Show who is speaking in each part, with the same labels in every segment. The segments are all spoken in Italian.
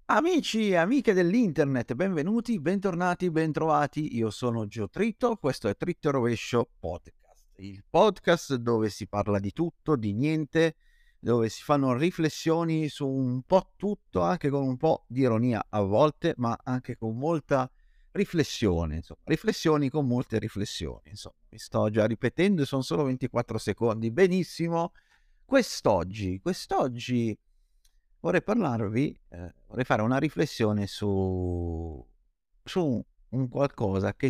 Speaker 1: Amici e amiche dell'internet, benvenuti, bentornati, bentrovati. Io sono Gio Tritto, questo è Tritto e Rovescio Podcast, il podcast dove si parla di tutto, di niente, dove si fanno riflessioni su un po' tutto, anche con un po' di ironia a volte, ma anche con molta riflessione, insomma, riflessioni con molte riflessioni, insomma. Mi sto già ripetendo e sono solo 24 secondi. Benissimo. Quest'oggi vorrei parlarvi vorrei fare una riflessione su un qualcosa che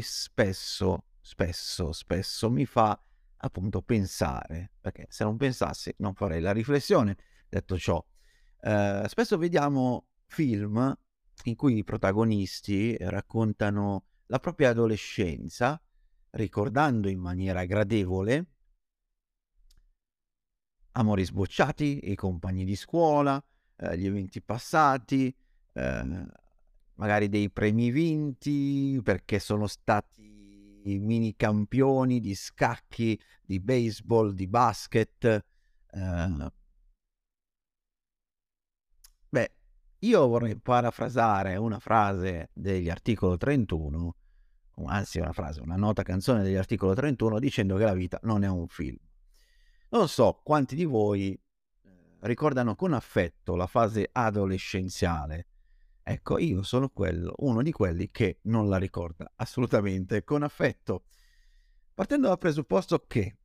Speaker 1: spesso mi fa appunto pensare, perché se non pensassi non farei la riflessione. Detto ciò, spesso vediamo film in cui i protagonisti raccontano la propria adolescenza, ricordando in maniera gradevole amori sbocciati, i compagni di scuola, gli eventi passati, ehm, magari dei premi vinti perché sono stati mini campioni di scacchi, di baseball, di basket. Ehm, beh, io vorrei parafrasare una frase degli Articolo 31, o anzi una nota canzone degli Articolo 31 dicendo che la vita non è un film. Non so quanti di voi, ricordano con affetto la fase adolescenziale. Ecco, io sono uno di quelli che non la ricorda assolutamente con affetto. Partendo dal presupposto che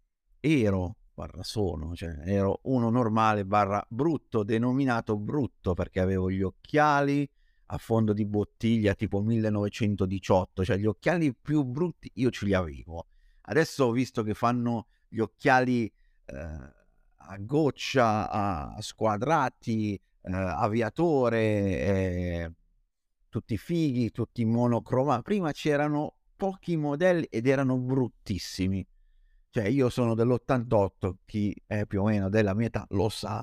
Speaker 1: ero uno normale barra brutto, denominato brutto perché avevo gli occhiali a fondo di bottiglia tipo 1918, cioè gli occhiali più brutti io ce li avevo. Adesso ho visto che fanno gli occhiali a goccia, a squadrati, aviatore, tutti fighi, tutti prima c'erano pochi modelli ed erano bruttissimi. Cioè io sono dell'88, chi è più o meno della mia età lo sa,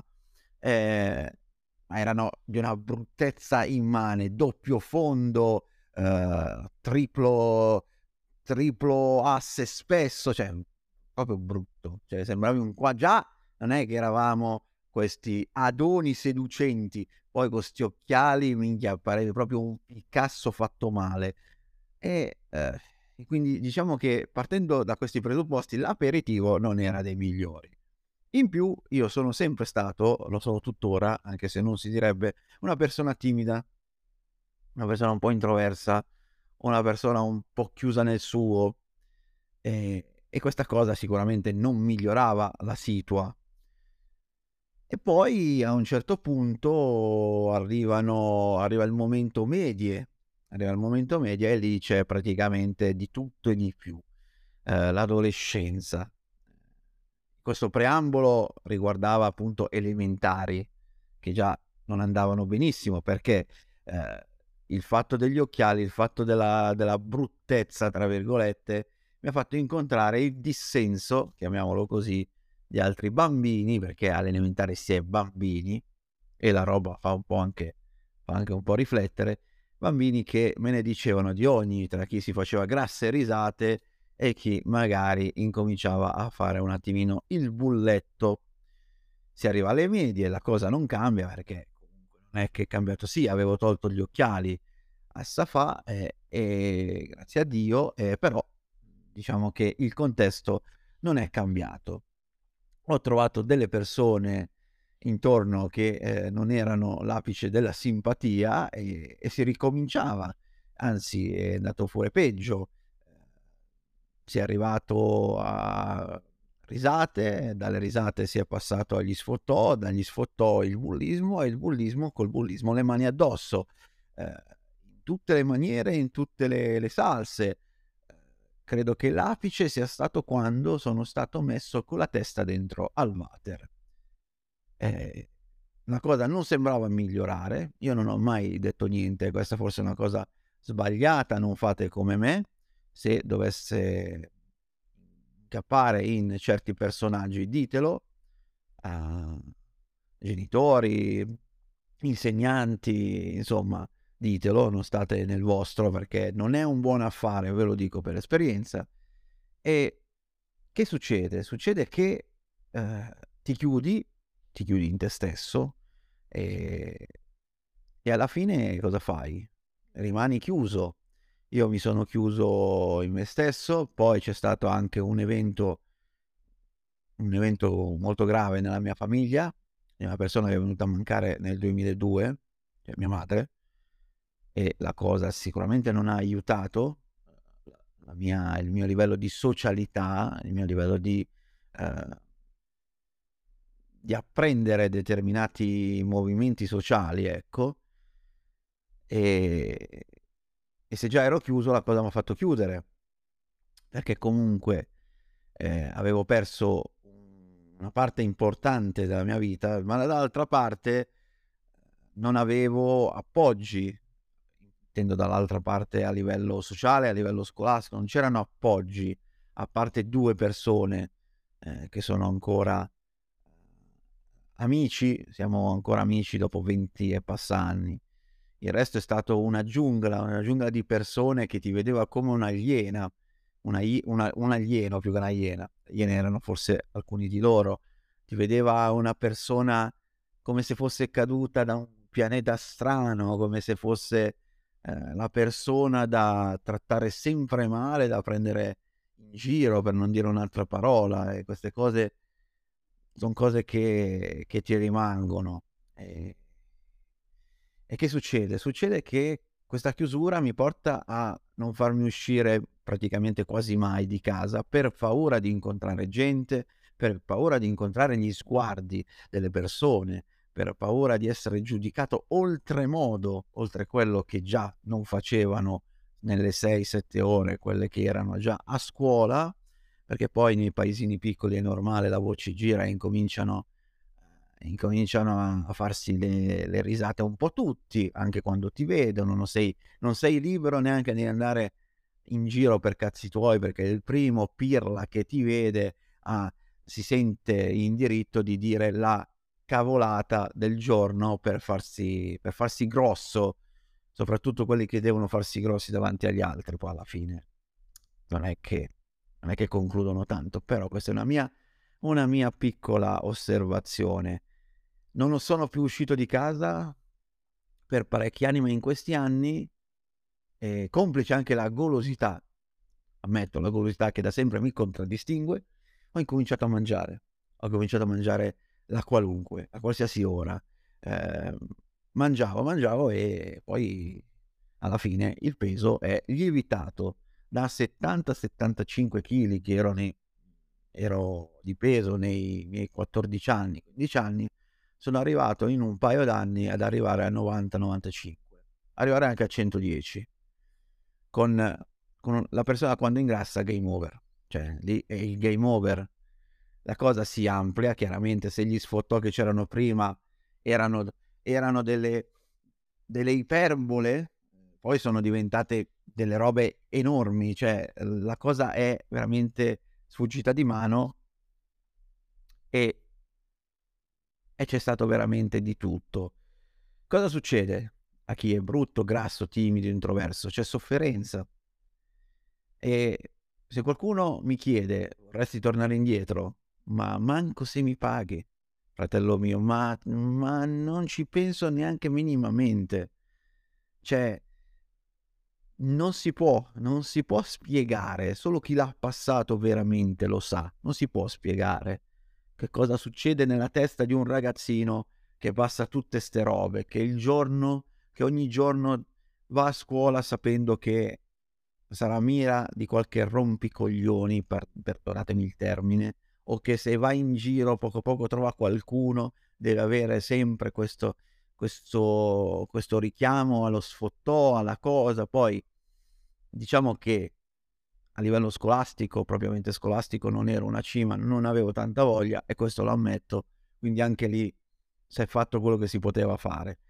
Speaker 1: ma erano di una bruttezza immane, doppio fondo, triplo asse spesso, cioè proprio brutto. Cioè sembravi un qua già non è che eravamo questi adoni seducenti, poi con 'sti occhiali, minchia, parevi proprio un Picasso fatto male. E quindi diciamo che partendo da questi presupposti l'aperitivo non era dei migliori. In più io sono sempre stato, lo sono tuttora, anche se non si direbbe, una persona timida, una persona un po' introversa, una persona un po' chiusa nel suo, e questa cosa sicuramente non migliorava la situa. E poi a un certo punto arriva il momento medie, arriva il momento media e lì c'è praticamente di tutto e di più. L'adolescenza. Questo preambolo riguardava appunto elementari, che già non andavano benissimo perché, ehm, il fatto degli occhiali, il fatto della "bruttezza" tra virgolette, mi ha fatto incontrare il dissenso, chiamiamolo così, di altri bambini, perché alle elementari si è bambini e la roba fa anche un po' riflettere, bambini che me ne dicevano di ogni, tra chi si faceva grasse risate e chi magari incominciava a fare un attimino il bulletto. Si arriva alle medie, la cosa non cambia perché comunque non è che è cambiato, sì, avevo tolto gli occhiali a Safà, e grazie a Dio, però diciamo che il contesto non è cambiato. Ho trovato delle persone intorno che, non erano l'apice della simpatia e si ricominciava, anzi è andato pure peggio. Ehm, si è arrivato a risate, dalle risate si è passato agli sfottò, dagli sfottò il bullismo e il bullismo col bullismo le mani addosso, ehm, in tutte le maniere, in tutte le salse. Ehm, credo che l'apice sia stato quando sono stato messo con la testa dentro al water. Ehm, la cosa non sembrava migliorare, io non ho mai detto niente, questa forse è una cosa sbagliata, non fate come me. Se dovesse incappare in certi personaggi ditelo, a genitori, insegnanti, insomma ditelo, non state nel vostro perché non è un buon affare, ve lo dico per esperienza. E che succede? Succede che, ti chiudi in te stesso, ehm, E alla fine cosa fai? Rimani chiuso. Io mi sono chiuso in me stesso, poi c'è stato anche un evento molto grave nella mia famiglia, di una persona che è venuta a mancare nel 2002, cioè mia madre, e la cosa sicuramente non ha aiutato il mio livello di socialità, il mio livello di apprendere determinati movimenti sociali, ecco. E, e se già ero chiuso, la cosa mi ha fatto chiudere, perché comunque avevo perso una parte importante della mia vita, ma dall'altra parte non avevo appoggi, intendo dall'altra parte a livello sociale, a livello scolastico, non c'erano appoggi, a parte 2 persone che sono ancora amici, siamo ancora amici dopo 20 e passa anni. Il resto è stato una giungla di persone che ti vedeva come un'aliena, un alieno più che una iena. Iene erano forse alcuni di loro. Ti vedeva una persona come se fosse caduta da un pianeta strano, come se fosse la persona da trattare sempre male, da prendere in giro, per non dire un'altra parola. E queste cose son cose che ti rimangono. E che succede? Succede che questa chiusura mi porta a non farmi uscire praticamente quasi mai di casa per paura di incontrare gente, per paura di incontrare gli sguardi delle persone, per paura di essere giudicato oltremodo, oltre quello che già non facevano nelle 6, 7 ore, quelle che erano già a scuola, perché poi nei paesini piccoli è normale, la voce gira e incominciano a farsi le risate un po' tutti, anche quando ti vedono, non sei libero neanche di andare in giro per cazzi tuoi, perché il primo pirla che ti vede si sente in diritto di dire la cavolata del giorno per farsi grosso, soprattutto quelli che devono farsi grossi davanti agli altri, poi alla fine non è che concludono tanto, però questa è una mia piccola osservazione. Non sono più uscito di casa per parecchi anni, ma in questi anni, complice anche la golosità, ammetto, la golosità che da sempre mi contraddistingue, ho incominciato a mangiare. Ho cominciato a mangiare la qualunque, a qualsiasi ora. Mangiavo e poi alla fine il peso è lievitato da 70-75 kg che ero di peso nei miei 14 anni, 15 anni, sono arrivato in un paio d'anni ad arrivare a 90-95, arrivare anche a 110. Con la persona quando ingrassa game over, cioè lì è il game over. La cosa si amplia, chiaramente se gli sfottò che c'erano prima erano delle iperbole, poi sono diventate delle robe enormi, cioè la cosa è veramente sfuggita di mano e c'è stato veramente di tutto. Cosa succede a chi è brutto, grasso, timido, introverso? C'è sofferenza. E se qualcuno mi chiede: "Vorresti tornare indietro?" Ma manco se mi paghi, fratello mio, ma non ci penso neanche minimamente. Cioè, non si può spiegare, solo chi l'ha passato veramente lo sa. Non si può spiegare che cosa succede nella testa di un ragazzino che passa tutte 'ste robe, che ogni giorno va a scuola sapendo che sarà mira di qualche rompicoglioni, perdonatemi il termine, o che se va in giro poco poco trova qualcuno, deve avere sempre questo richiamo allo sfottò, alla cosa. Poi diciamo che a livello scolastico, propriamente scolastico, non ero una cima, non avevo tanta voglia e questo lo ammetto, quindi anche lì s'è fatto quello che si poteva fare.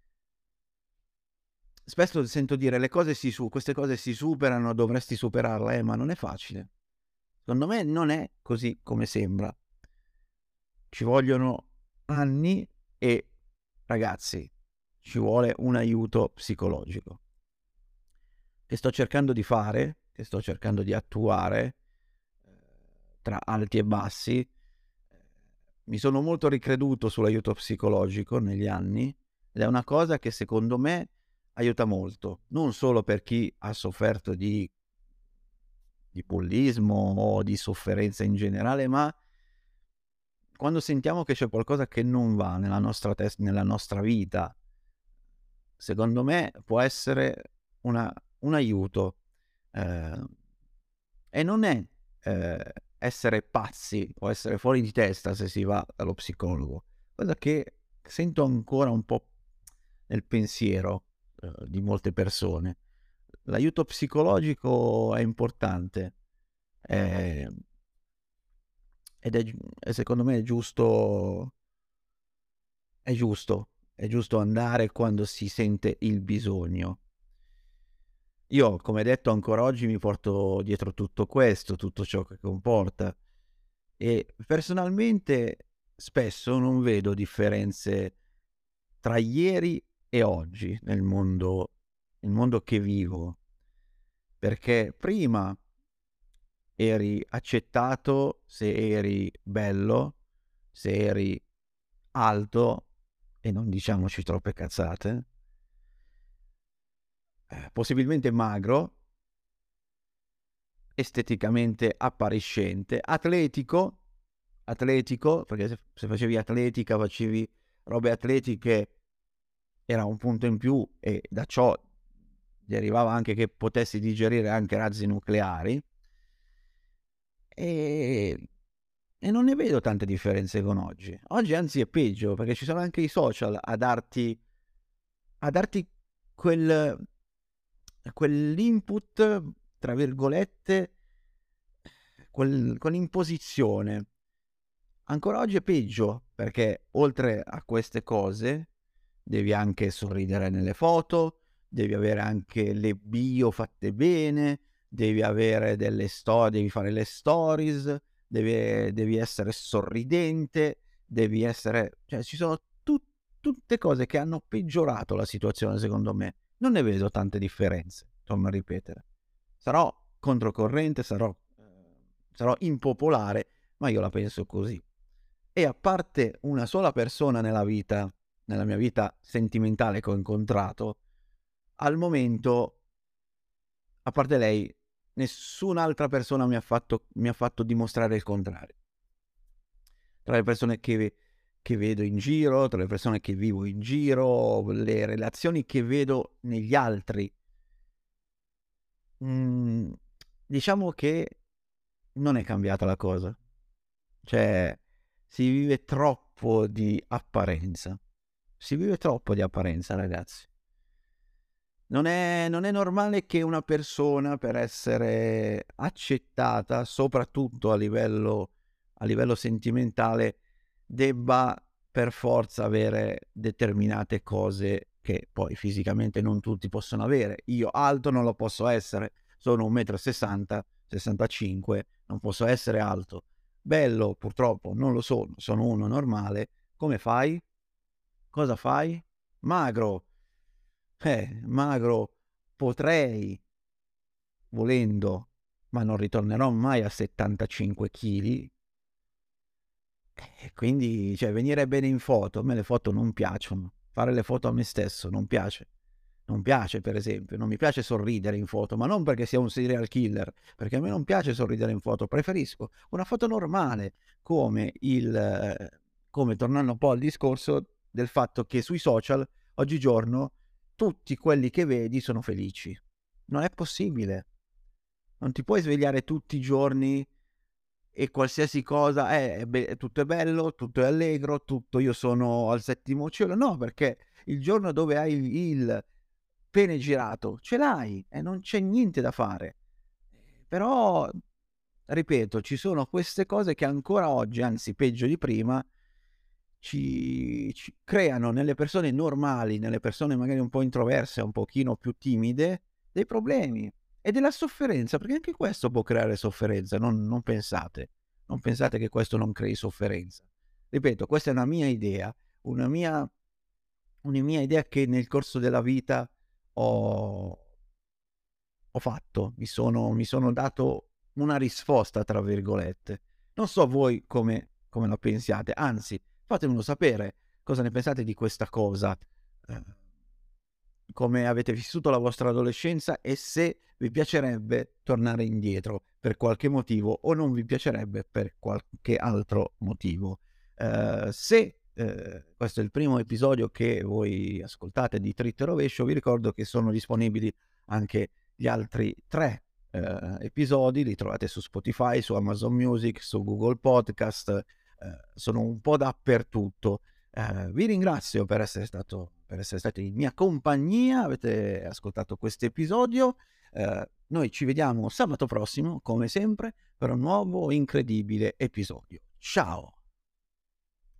Speaker 1: Spesso sento dire: queste cose si superano, dovresti superarle, ma non è facile. Secondo me non è così come sembra. Ci vogliono anni e, ragazzi, ci vuole un aiuto psicologico. Che sto cercando di fare, che sto cercando di attuare, tra alti e bassi. Mi sono molto ricreduto sull'aiuto psicologico negli anni, ed è una cosa che secondo me aiuta molto, non solo per chi ha sofferto di bullismo o di sofferenza in generale, ma quando sentiamo che c'è qualcosa che non va nella nella nostra vita, secondo me può essere un aiuto. Ehm, e non è, ehm, essere pazzi o essere fuori di testa se si va dallo psicologo. Cosa che sento ancora un po' nel pensiero, di molte persone. L'aiuto psicologico è importante, ehm, e secondo me è giusto andare quando si sente il bisogno. Io, come detto, ancora oggi mi porto dietro tutto questo, tutto ciò che comporta, e personalmente spesso non vedo differenze tra ieri e oggi nel mondo che vivo, perché prima eri accettato se eri bello, se eri alto, e non diciamoci troppe cazzate, possibilmente magro, esteticamente appariscente, atletico, perché se facevi atletica, facevi robe atletiche, era un punto in più, e da ciò derivava anche che potessi digerire anche razzi nucleari, e non ne vedo tante differenze con oggi. Oggi anzi è peggio, perché ci sono anche i social a darti quel quell'input, tra virgolette, quell'imposizione. Ancora oggi è peggio, perché oltre a queste cose devi anche sorridere nelle foto, devi avere anche le bio fatte bene, devi avere devi fare le stories, devi essere sorridente, devi essere, cioè ci sono tutte cose che hanno peggiorato la situazione secondo me. Non ne vedo tante differenze, torno a ripetere. Sarò controcorrente, sarò impopolare, ma io la penso così. E a parte una sola persona nella mia vita sentimentale che ho incontrato, al momento, a parte lei, nessun'altra persona mi ha fatto dimostrare il contrario. Tra le persone che vedo in giro, tra le persone che vivo in giro, le relazioni che vedo negli altri, mhmm, diciamo che non è cambiata la cosa. Cioè, si vive troppo di apparenza. Si vive troppo di apparenza, ragazzi. Non è normale che una persona, per essere accettata, soprattutto a livello sentimentale, debba per forza avere determinate cose che poi fisicamente non tutti possono avere. Io alto non lo posso essere, sono 1,60 m, 65, non posso essere alto. Bello, purtroppo non lo sono, sono uno normale. Come fai? Cosa fai? Magro. Magro potrei, volendo, ma non ritornerò mai a 75 chili, e quindi, cioè, venire bene in foto, a me le foto non piacciono. Fare le foto a me stesso non piace. Non piace, per esempio, non mi piace sorridere in foto, ma non perché sia un serial killer, perché a me non piace sorridere in foto, preferisco una foto normale, come come tornando un po' al discorso del fatto che sui social oggigiorno tutti quelli che vedi sono felici. Non è possibile. Non ti puoi svegliare tutti i giorni e qualsiasi cosa tutto è bello, tutto è allegro, tutto io sono al settimo cielo. No, perché il giorno dove hai il pene girato ce l'hai e non c'è niente da fare. Però, ripeto, ci sono queste cose che ancora oggi, anzi peggio di prima, ci creano nelle persone normali, nelle persone magari un po' introverse, un pochino più timide, dei problemi e della sofferenza, perché anche questo può creare sofferenza, non pensate. Non pensate che questo non crei sofferenza. Ripeto, questa è una mia una mia idea che nel corso della vita ho fatto. Mi sono dato una "risposta" tra virgolette. Non so voi come la pensiate, anzi fatemelo sapere cosa ne pensate di questa cosa. come avete vissuto la vostra adolescenza e se vi piacerebbe tornare indietro per qualche motivo o non vi piacerebbe per qualche altro motivo. Se questo è il primo episodio che voi ascoltate di Dritto e Rovescio, vi ricordo che sono disponibili anche gli altri 3 episodi, li trovate su Spotify, su Amazon Music, su Google Podcast, sono un po' dappertutto. Vi ringrazio per essere stati in mia compagnia, avete ascoltato questo episodio. Noi ci vediamo sabato prossimo, come sempre, per un nuovo incredibile episodio. Ciao!